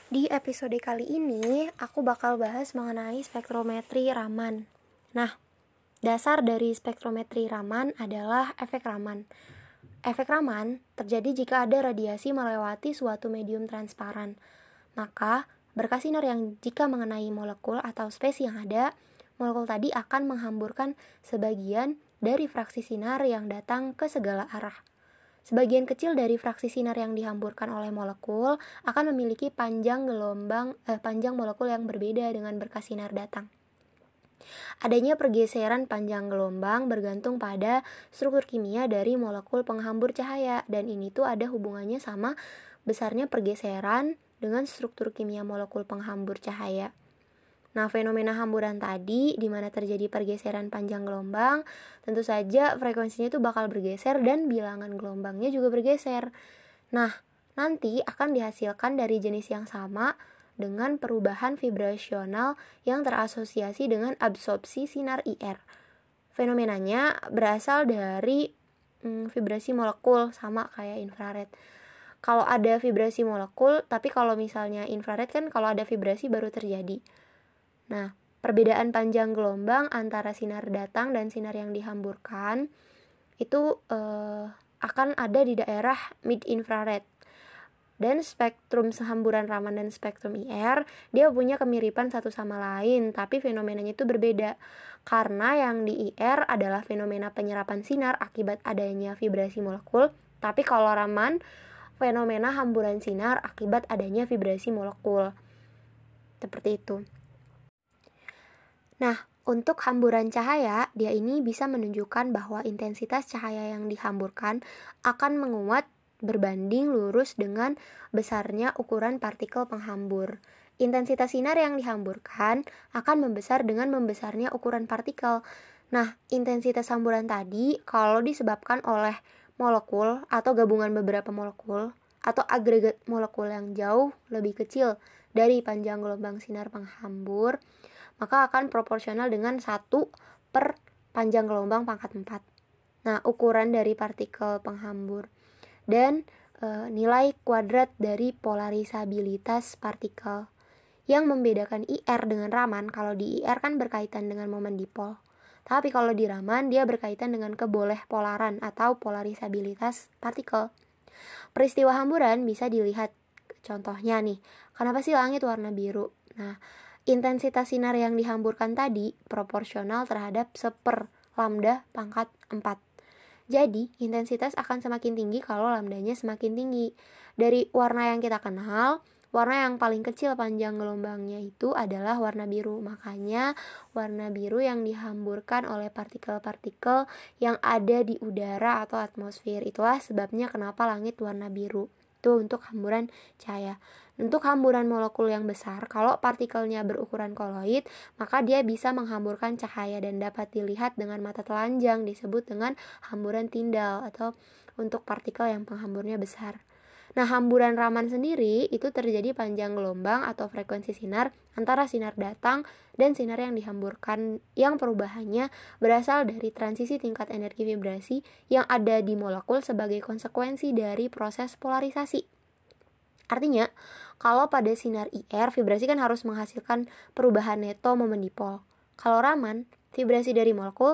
Di episode kali ini, aku bakal bahas mengenai spektrometri Raman. Nah, dasar dari spektrometri Raman adalah efek Raman. Efek Raman terjadi jika ada radiasi melewati suatu medium transparan. Maka, berkas sinar yang jika mengenai molekul atau spesies yang ada, molekul tadi akan menghamburkan sebagian dari fraksi sinar yang datang ke segala arah. Sebagian kecil dari fraksi sinar yang dihamburkan oleh molekul akan memiliki panjang molekul yang berbeda dengan berkas sinar datang. Adanya pergeseran panjang gelombang bergantung pada struktur kimia dari molekul penghambur cahaya, dan ini tuh ada hubungannya sama besarnya pergeseran dengan struktur kimia molekul penghambur cahaya. Nah, fenomena hamburan tadi di mana terjadi pergeseran panjang gelombang, tentu saja frekuensinya itu bakal bergeser dan bilangan gelombangnya juga bergeser. Nah, nanti akan dihasilkan dari jenis yang sama dengan perubahan vibrasional yang terasosiasi dengan absorpsi sinar IR. Fenomenanya berasal dari vibrasi molekul, sama kayak infrared. Kalau ada vibrasi molekul, tapi kalau misalnya infrared kan kalau ada vibrasi baru terjadi. Nah, perbedaan panjang gelombang antara sinar datang dan sinar yang dihamburkan itu akan ada di daerah mid infrared. Dan spektrum hamburan Raman dan spektrum IR, dia punya kemiripan satu sama lain, tapi fenomenanya itu berbeda. Karena yang di IR adalah fenomena penyerapan sinar akibat adanya vibrasi molekul, tapi kalau Raman, fenomena hamburan sinar akibat adanya vibrasi molekul. Seperti itu. Nah, untuk hamburan cahaya, dia ini bisa menunjukkan bahwa intensitas cahaya yang dihamburkan akan menguat berbanding lurus dengan besarnya ukuran partikel penghambur. Intensitas sinar yang dihamburkan akan membesar dengan membesarnya ukuran partikel. Nah, intensitas hamburan tadi kalau disebabkan oleh molekul atau gabungan beberapa molekul atau agregat molekul yang jauh lebih kecil dari panjang gelombang sinar penghambur, maka akan proporsional dengan 1 per panjang gelombang pangkat 4. Nah, ukuran dari partikel penghambur dan nilai kuadrat dari polarisabilitas partikel. Yang membedakan IR dengan Raman, kalau di IR kan berkaitan dengan momen dipol. Tapi kalau di Raman dia berkaitan dengan keboleh polaran atau polarisabilitas partikel. Peristiwa hamburan bisa dilihat contohnya nih. Kenapa sih langit warna biru? Nah, intensitas sinar yang dihamburkan tadi proporsional terhadap 1/4 lambda pangkat 4. Jadi, intensitas akan semakin tinggi kalau lambdanya semakin tinggi. Dari warna yang kita kenal, warna yang paling kecil panjang gelombangnya itu adalah warna biru. Makanya, warna biru yang dihamburkan oleh partikel-partikel yang ada di udara atau atmosfer. Itulah sebabnya kenapa langit warna biru. Itu untuk hamburan cahaya. Untuk hamburan molekul yang besar, kalau partikelnya berukuran koloid, maka dia bisa menghamburkan cahaya dan dapat dilihat dengan mata telanjang, disebut dengan hamburan tindal atau untuk partikel yang penghamburnya besar. Nah, hamburan Raman sendiri itu terjadi panjang gelombang atau frekuensi sinar antara sinar datang dan sinar yang dihamburkan, yang perubahannya berasal dari transisi tingkat energi vibrasi yang ada di molekul sebagai konsekuensi dari proses polarisasi. Artinya, kalau pada sinar IR, vibrasi kan harus menghasilkan perubahan neto momen dipol. Kalau Raman, vibrasi dari molekul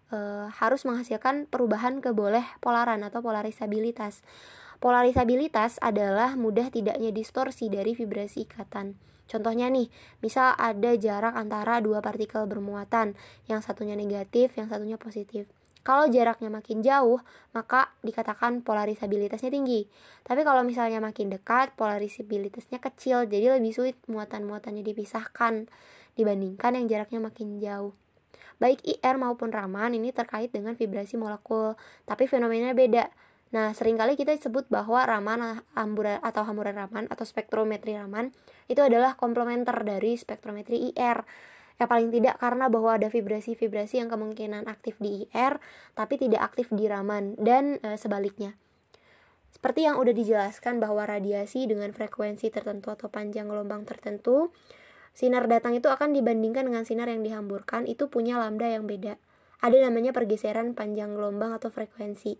harus menghasilkan perubahan keboleh polaran atau polarisabilitas. Polarisabilitas adalah mudah tidaknya distorsi dari vibrasi ikatan. Contohnya nih, misal ada jarak antara dua partikel bermuatan, yang satunya negatif, yang satunya positif. Kalau jaraknya makin jauh, maka dikatakan polarisabilitasnya tinggi. Tapi kalau misalnya makin dekat, polarisabilitasnya kecil, jadi lebih sulit muatan-muatannya dipisahkan dibandingkan yang jaraknya makin jauh. Baik IR maupun Raman ini terkait dengan vibrasi molekul, tapi fenomenanya beda. Nah, seringkali kita sebut bahwa Raman hamburan Raman atau spektrometri Raman itu adalah komplementer dari spektrometri IR. Ya paling tidak karena bahwa ada vibrasi-vibrasi yang kemungkinan aktif di IR tapi tidak aktif di Raman dan sebaliknya. Seperti yang udah dijelaskan bahwa radiasi dengan frekuensi tertentu atau panjang gelombang tertentu, sinar datang itu akan dibandingkan dengan sinar yang dihamburkan itu punya lambda yang beda. Ada namanya pergeseran panjang gelombang atau frekuensi.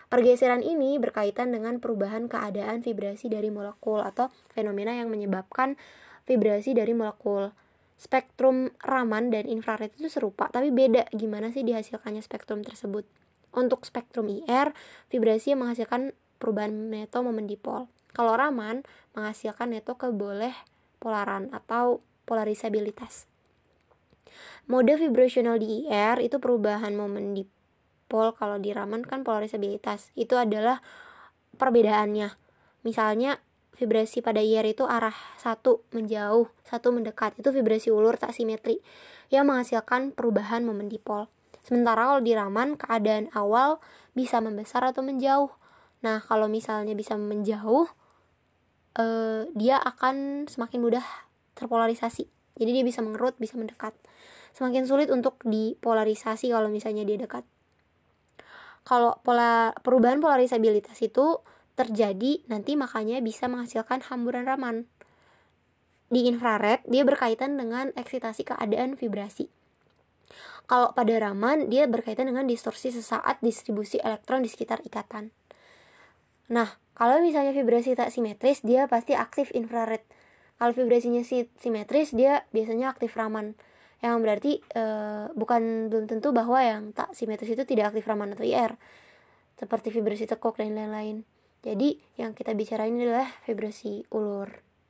Pergeseran ini berkaitan dengan perubahan keadaan vibrasi dari molekul atau fenomena yang menyebabkan vibrasi dari molekul. Spektrum Raman dan infrared itu serupa, tapi beda gimana sih dihasilkannya spektrum tersebut. Untuk spektrum IR, vibrasi yang menghasilkan perubahan neto momen dipol. Kalau Raman menghasilkan neto keboleh polaran atau polarisabilitas. Mode vibrasional di IR itu perubahan momen dipol, kalau di Raman kan polarisabilitas. Itu adalah perbedaannya. Misalnya vibrasi pada IR itu arah satu menjauh, satu mendekat. Itu vibrasi ulur tak simetri yang menghasilkan perubahan momen dipol. Sementara kalau di Raman, keadaan awal bisa membesar atau menjauh. Nah, kalau misalnya bisa menjauh, dia akan semakin mudah terpolarisasi. Jadi dia bisa mengerut, bisa mendekat. Semakin sulit untuk dipolarisasi kalau misalnya dia dekat. Kalau perubahan polarisabilitas itu terjadi nanti, makanya bisa menghasilkan hamburan Raman. Di infrared, dia berkaitan dengan eksitasi keadaan vibrasi. Kalau pada Raman, dia berkaitan dengan distorsi sesaat distribusi elektron di sekitar ikatan. Nah, kalau misalnya vibrasi tak simetris, dia pasti aktif infrared. Kalau vibrasinya simetris, dia biasanya aktif Raman. Yang berarti belum tentu bahwa yang tak simetris itu tidak aktif Raman atau IR, seperti vibrasi tekuk dan lain-lain. Jadi yang kita bicarain adalah vibrasi ulur.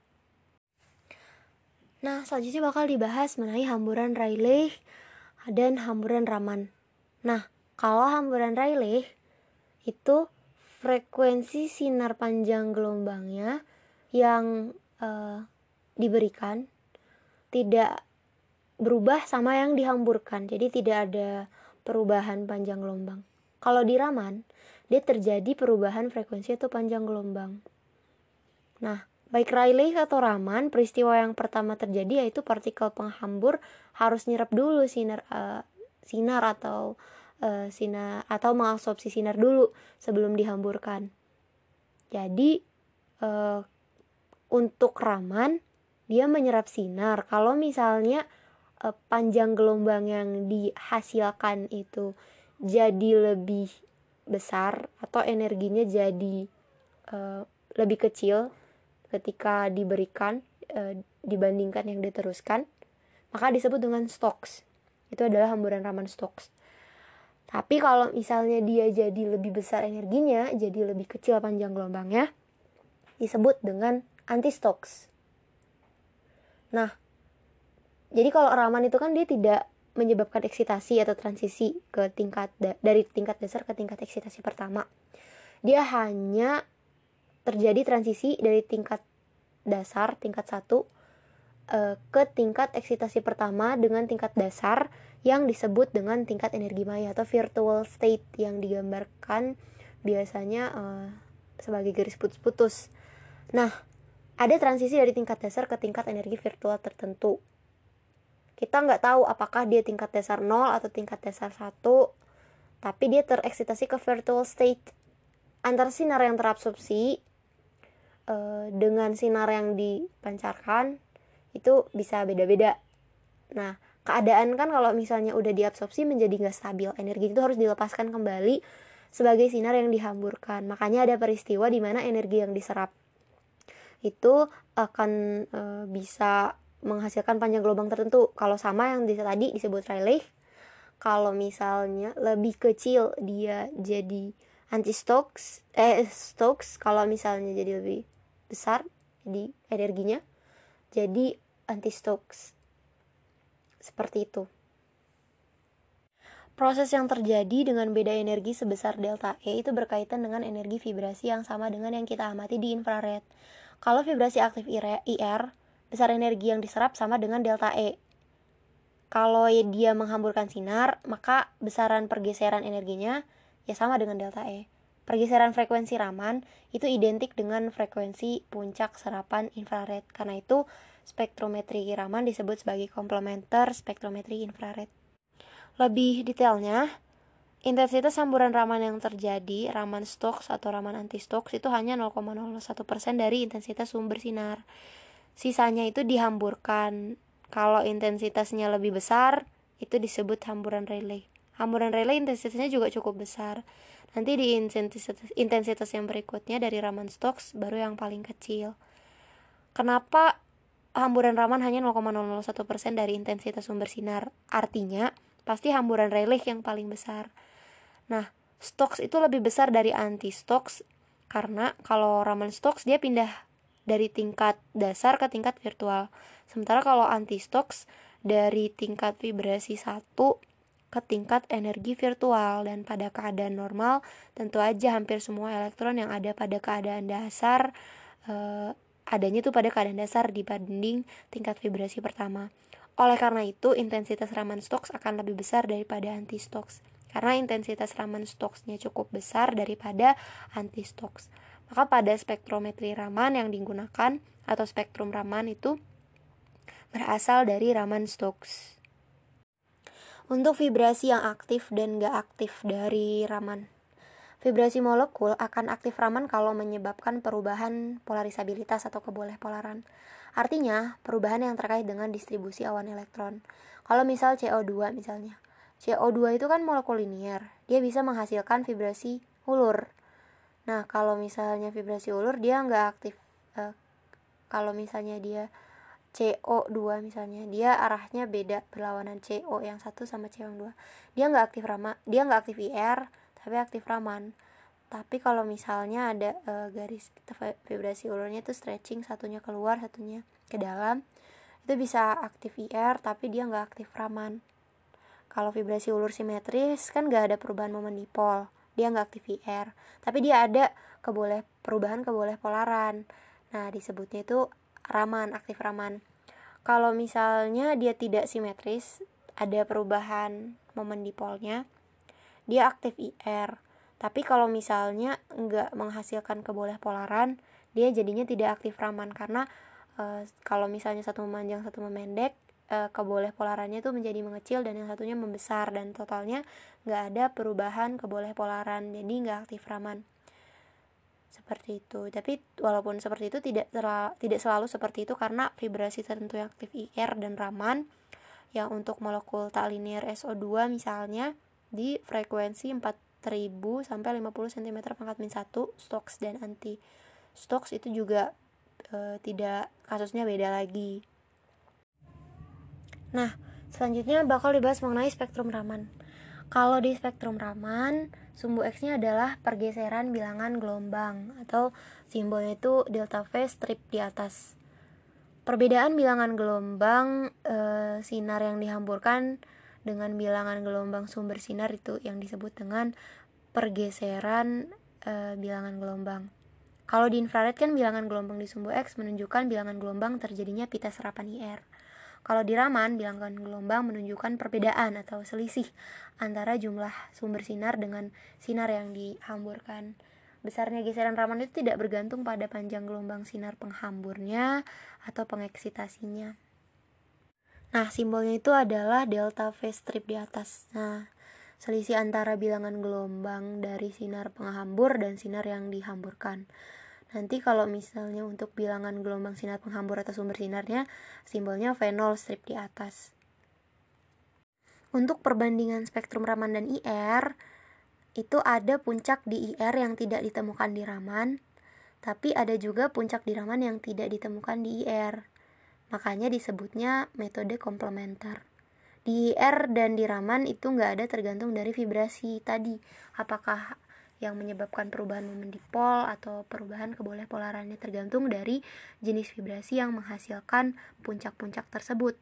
Nah, selanjutnya bakal dibahas mengenai hamburan Rayleigh dan hamburan Raman. Nah, kalau hamburan Rayleigh itu frekuensi sinar panjang gelombangnya yang diberikan tidak berubah sama yang dihamburkan. Jadi tidak ada perubahan panjang gelombang. Kalau di Raman, dia terjadi perubahan frekuensi atau panjang gelombang. Nah, baik Rayleigh atau Raman, peristiwa yang pertama terjadi yaitu partikel penghambur harus nyerap dulu sinar atau mengabsorpsi sinar dulu sebelum dihamburkan. Jadi untuk Raman, dia menyerap sinar. Kalau misalnya panjang gelombang yang dihasilkan itu jadi lebih besar atau energinya jadi lebih kecil ketika diberikan dibandingkan yang diteruskan, maka disebut dengan Stokes. Itu adalah hamburan Raman Stokes. Tapi kalau misalnya dia jadi lebih besar energinya, jadi lebih kecil panjang gelombangnya, disebut dengan anti-Stokes. Nah, jadi kalau Raman itu kan dia tidak menyebabkan eksitasi atau transisi ke dari tingkat dasar ke tingkat eksitasi pertama. Dia hanya terjadi transisi dari tingkat dasar, tingkat 1, ke tingkat eksitasi pertama dengan tingkat dasar yang disebut dengan tingkat energi maya atau virtual state, yang digambarkan biasanya sebagai garis putus-putus. Nah, ada transisi dari tingkat dasar ke tingkat energi virtual tertentu. Kita nggak tahu apakah dia tingkat dasar 0 atau tingkat dasar 1, tapi dia tereksitasi ke virtual state. Antara sinar yang terabsorpsi dengan sinar yang dipancarkan itu bisa beda-beda. Nah, keadaan kan kalau misalnya udah diabsorpsi menjadi nggak stabil, energi itu harus dilepaskan kembali sebagai sinar yang dihamburkan. Makanya ada peristiwa di mana energi yang diserap itu akan bisa menghasilkan panjang gelombang tertentu. Kalau sama yang tadi disebut Rayleigh, kalau misalnya lebih kecil dia jadi anti-Stokes, Stokes. Kalau misalnya jadi lebih besar jadi energinya jadi anti-Stokes. Seperti itu. Proses yang terjadi dengan beda energi sebesar delta E itu berkaitan dengan energi vibrasi yang sama dengan yang kita amati di infrared. Kalau vibrasi aktif IR, besar energi yang diserap sama dengan delta E. Kalau dia menghamburkan sinar, maka besaran pergeseran energinya ya sama dengan delta E. Pergeseran frekuensi Raman itu identik dengan frekuensi puncak serapan infrared. Karena itu spektrometri Raman disebut sebagai komplementer spektrometri infrared. Lebih detailnya, intensitas hamburan Raman yang terjadi, Raman Stokes atau Raman anti-Stokes, itu hanya 0,01% dari intensitas sumber sinar. Sisanya itu dihamburkan. Kalau intensitasnya lebih besar, itu disebut hamburan Rayleigh. Hamburan Rayleigh intensitasnya juga cukup besar. Nanti di intensitas yang berikutnya dari Raman Stokes baru yang paling kecil. Kenapa hamburan Raman hanya 0,001% dari intensitas sumber sinar? Artinya pasti hamburan Rayleigh yang paling besar. Nah, Stokes itu lebih besar dari anti-Stokes karena kalau Raman Stokes dia pindah dari tingkat dasar ke tingkat virtual. Sementara kalau anti-Stokes dari tingkat vibrasi 1 ke tingkat energi virtual, dan pada keadaan normal tentu aja hampir semua elektron yang ada pada keadaan dasar adanya tuh pada keadaan dasar dibanding tingkat vibrasi pertama. Oleh karena itu intensitas Raman Stokes akan lebih besar daripada anti-Stokes karena intensitas Raman Stokesnya cukup besar daripada anti-Stokes. Maka pada spektrometri Raman yang digunakan atau spektrum Raman itu berasal dari Raman Stokes. Untuk vibrasi yang aktif dan gak aktif dari Raman. Vibrasi molekul akan aktif Raman kalau menyebabkan perubahan polarisabilitas atau keboleh polaran. Artinya, perubahan yang terkait dengan distribusi awan elektron. Kalau misal CO2 misalnya. CO2 itu kan molekul linier. Dia bisa menghasilkan vibrasi ulur. Nah, kalau misalnya vibrasi ulur dia nggak aktif. Kalau misalnya dia CO2 misalnya, dia arahnya beda berlawanan CO yang satu sama CO yang 2. Dia nggak aktif IR, tapi aktif Raman. Tapi kalau misalnya ada garis vibrasi ulurnya itu stretching, satunya keluar, satunya ke dalam, itu bisa aktif IR, tapi dia nggak aktif Raman. Kalau vibrasi ulur simetris kan nggak ada perubahan momen dipol, dia nggak aktif IR, tapi dia ada perubahan keboleh polaran. Nah, disebutnya itu Raman, aktif Raman. Kalau misalnya dia tidak simetris, ada perubahan momen dipolnya, dia aktif IR. Tapi kalau misalnya nggak menghasilkan keboleh polaran, dia jadinya tidak aktif Raman karena kalau misalnya satu memanjang satu memendek, keboleh polarannya itu menjadi mengecil dan yang satunya membesar, dan totalnya nggak ada perubahan keboleh polaran, jadi nggak aktif Raman. Seperti itu. Tapi walaupun seperti itu tidak selalu seperti itu karena vibrasi tertentu yang aktif IR dan Raman yang untuk molekul tak linear SO2 misalnya di frekuensi 4000 sampai 50 cm/-1 Stokes dan anti Stokes itu juga tidak, kasusnya beda lagi. Nah, selanjutnya bakal dibahas mengenai spektrum Raman. Kalau di spektrum Raman, sumbu X-nya adalah pergeseran bilangan gelombang atau simbolnya itu delta V strip di atas. Perbedaan bilangan gelombang sinar yang dihamburkan dengan bilangan gelombang sumber sinar itu yang disebut dengan pergeseran bilangan gelombang. Kalau di infrared kan bilangan gelombang di sumbu X menunjukkan bilangan gelombang terjadinya pita serapan IR. Kalau di Raman, bilangan gelombang menunjukkan perbedaan atau selisih antara jumlah sumber sinar dengan sinar yang dihamburkan. Besarnya geseran Raman itu tidak bergantung pada panjang gelombang sinar penghamburnya atau pengeksitasinya. Nah, simbolnya itu adalah delta V strip di atas. Nah, selisih antara bilangan gelombang dari sinar penghambur dan sinar yang dihamburkan. Nanti kalau misalnya untuk bilangan gelombang sinar penghambur atau sumber sinarnya, simbolnya V0 strip di atas. Untuk perbandingan spektrum Raman dan IR, itu ada puncak di IR yang tidak ditemukan di Raman, tapi ada juga puncak di Raman yang tidak ditemukan di IR. Makanya disebutnya metode komplementer. Di IR dan di Raman itu nggak ada tergantung dari vibrasi tadi, apakah yang menyebabkan perubahan momen dipol atau perubahan keboleh polarannya, tergantung dari jenis vibrasi yang menghasilkan puncak-puncak tersebut.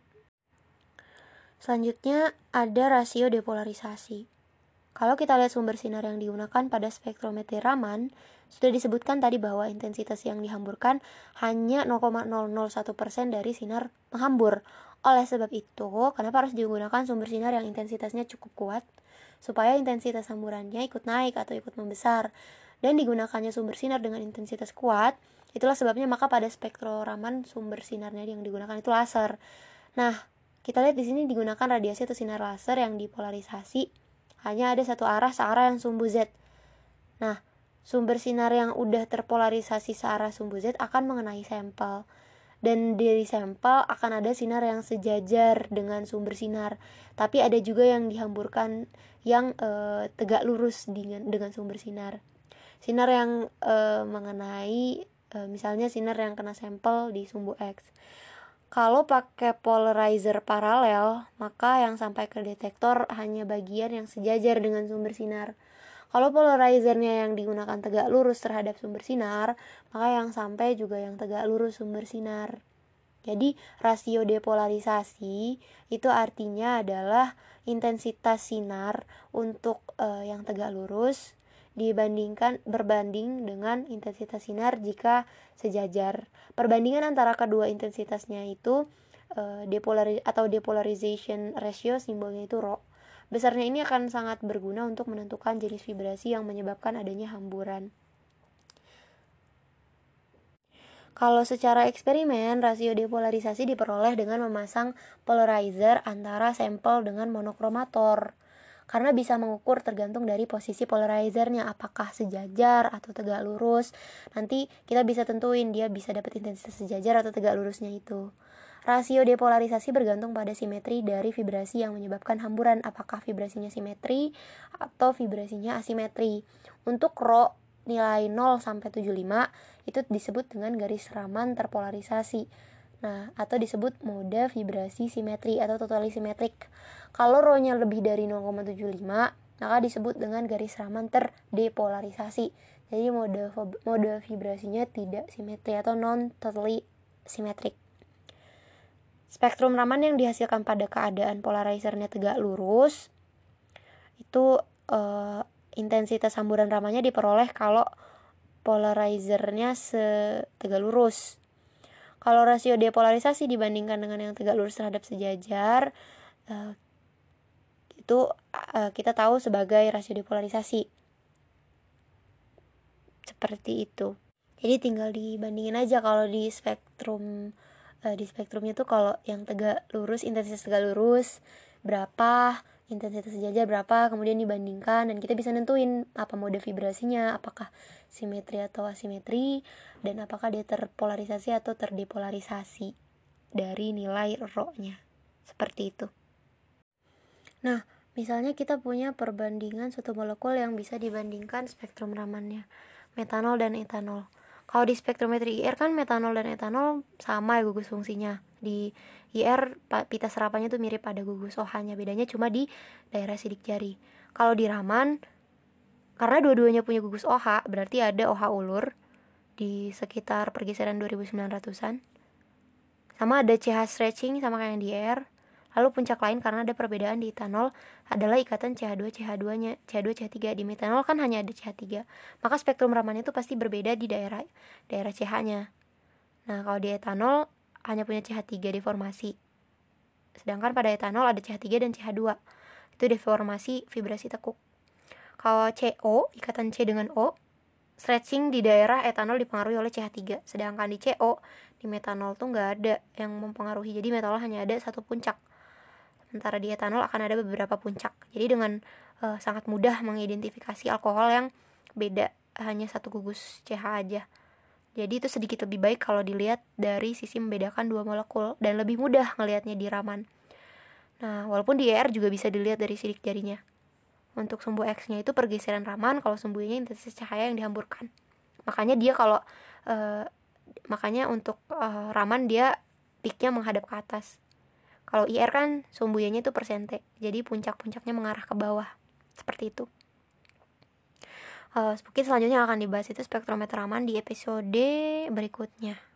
Selanjutnya ada rasio depolarisasi. Kalau kita lihat sumber sinar yang digunakan pada spektrometri Raman, sudah disebutkan tadi bahwa intensitas yang dihamburkan hanya 0,001% dari sinar penghambur. Oleh sebab itu, kenapa harus digunakan sumber sinar yang intensitasnya cukup kuat? Supaya intensitas hamburannya ikut naik atau ikut membesar. Dan digunakannya sumber sinar dengan intensitas kuat, itulah sebabnya maka pada spektro Raman sumber sinarnya yang digunakan itu laser. Nah, kita lihat di sini digunakan radiasi atau sinar laser yang dipolarisasi hanya ada satu arah, searah yang sumbu Z. Nah, sumber sinar yang udah terpolarisasi searah sumbu Z akan mengenai sampel. Dan dari sampel akan ada sinar yang sejajar dengan sumber sinar. Tapi ada juga yang dihamburkan yang tegak lurus dengan sumber sinar. Sinar yang mengenai misalnya sinar yang kena sampel di sumbu X. Kalau pakai polarizer paralel, maka yang sampai ke detektor hanya bagian yang sejajar dengan sumber sinar. Kalau polarizernya yang digunakan tegak lurus terhadap sumber sinar, maka yang sampai juga yang tegak lurus sumber sinar. Jadi rasio depolarisasi itu artinya adalah intensitas sinar untuk yang tegak lurus berbanding dengan intensitas sinar jika sejajar. Perbandingan antara kedua intensitasnya itu depolarization ratio, simbolnya itu rho. Besarnya ini akan sangat berguna untuk menentukan jenis vibrasi yang menyebabkan adanya hamburan. Kalau secara eksperimen, rasio depolarisasi diperoleh dengan memasang polarizer antara sampel dengan monokromator. Karena bisa mengukur tergantung dari posisi polarizernya, apakah sejajar atau tegak lurus. Nanti kita bisa tentuin dia bisa dapat intensitas sejajar atau tegak lurusnya itu. Rasio depolarisasi bergantung pada simetri dari vibrasi yang menyebabkan hamburan, apakah vibrasinya simetri atau vibrasinya asimetri. Untuk rho nilai 0 sampai 75 itu disebut dengan garis raman terpolarisasi. Nah, atau disebut mode vibrasi simetri atau totally simetrik. Kalau rho-nya lebih dari 0,75, maka disebut dengan garis raman terdepolarisasi. Jadi mode vibrasinya tidak simetri atau non totally simetrik. Spektrum raman yang dihasilkan pada keadaan polarizernya tegak lurus itu intensitas hamburan ramannya diperoleh kalau polarizernya tegak lurus. Kalau rasio depolarisasi dibandingkan dengan yang tegak lurus terhadap sejajar, itu kita tahu sebagai rasio depolarisasi. Seperti itu. Jadi tinggal dibandingin aja kalau di spektrumnya tuh kalau yang tegak lurus, intensitas tegak lurus berapa, intensitas sejajar berapa, kemudian dibandingkan dan kita bisa nentuin apa mode vibrasinya, apakah simetri atau asimetri, dan apakah dia terpolarisasi atau terdepolarisasi dari nilai rho-nya. Seperti itu. Nah, misalnya kita punya perbandingan suatu molekul yang bisa dibandingkan spektrum ramannya, metanol dan etanol. Kalau di spektrometri IR kan metanol dan etanol sama ya gugus fungsinya. Di IR pita serapannya tuh mirip pada gugus OH-nya, bedanya cuma di daerah sidik jari. Kalau di Raman, karena dua-duanya punya gugus OH, berarti ada OH ulur di sekitar pergeseran 2900-an. Sama ada CH stretching sama kayak yang di IR. Lalu puncak lain karena ada perbedaan di etanol adalah ikatan CH2-CH2-nya. CH2-CH3 di metanol kan hanya ada CH3. Maka spektrum ramannya itu pasti berbeda di daerah CH-nya. Nah, kalau di etanol hanya punya CH3 deformasi. Sedangkan pada etanol ada CH3 dan CH2. Itu deformasi vibrasi tekuk. Kalau CO, ikatan C dengan O, stretching di daerah etanol dipengaruhi oleh CH3. Sedangkan di CO, di metanol tuh nggak ada yang mempengaruhi. Jadi metanol hanya ada satu puncak. Sementara di etanol akan ada beberapa puncak. Jadi dengan sangat mudah mengidentifikasi alkohol yang beda, hanya satu gugus CH aja. Jadi itu sedikit lebih baik kalau dilihat dari sisi membedakan dua molekul dan lebih mudah ngelihatnya di Raman. Nah, walaupun di ER juga bisa dilihat dari sidik jarinya. Untuk sumbu X-nya itu pergeseran Raman, kalau sumbunya intensitas cahaya yang dihamburkan. Makanya dia makanya untuk Raman dia peaknya menghadap ke atas. Kalau IR kan sumbunya itu persente, jadi puncak-puncaknya mengarah ke bawah, seperti itu. Mungkin selanjutnya akan dibahas itu spektrometer Raman di episode berikutnya.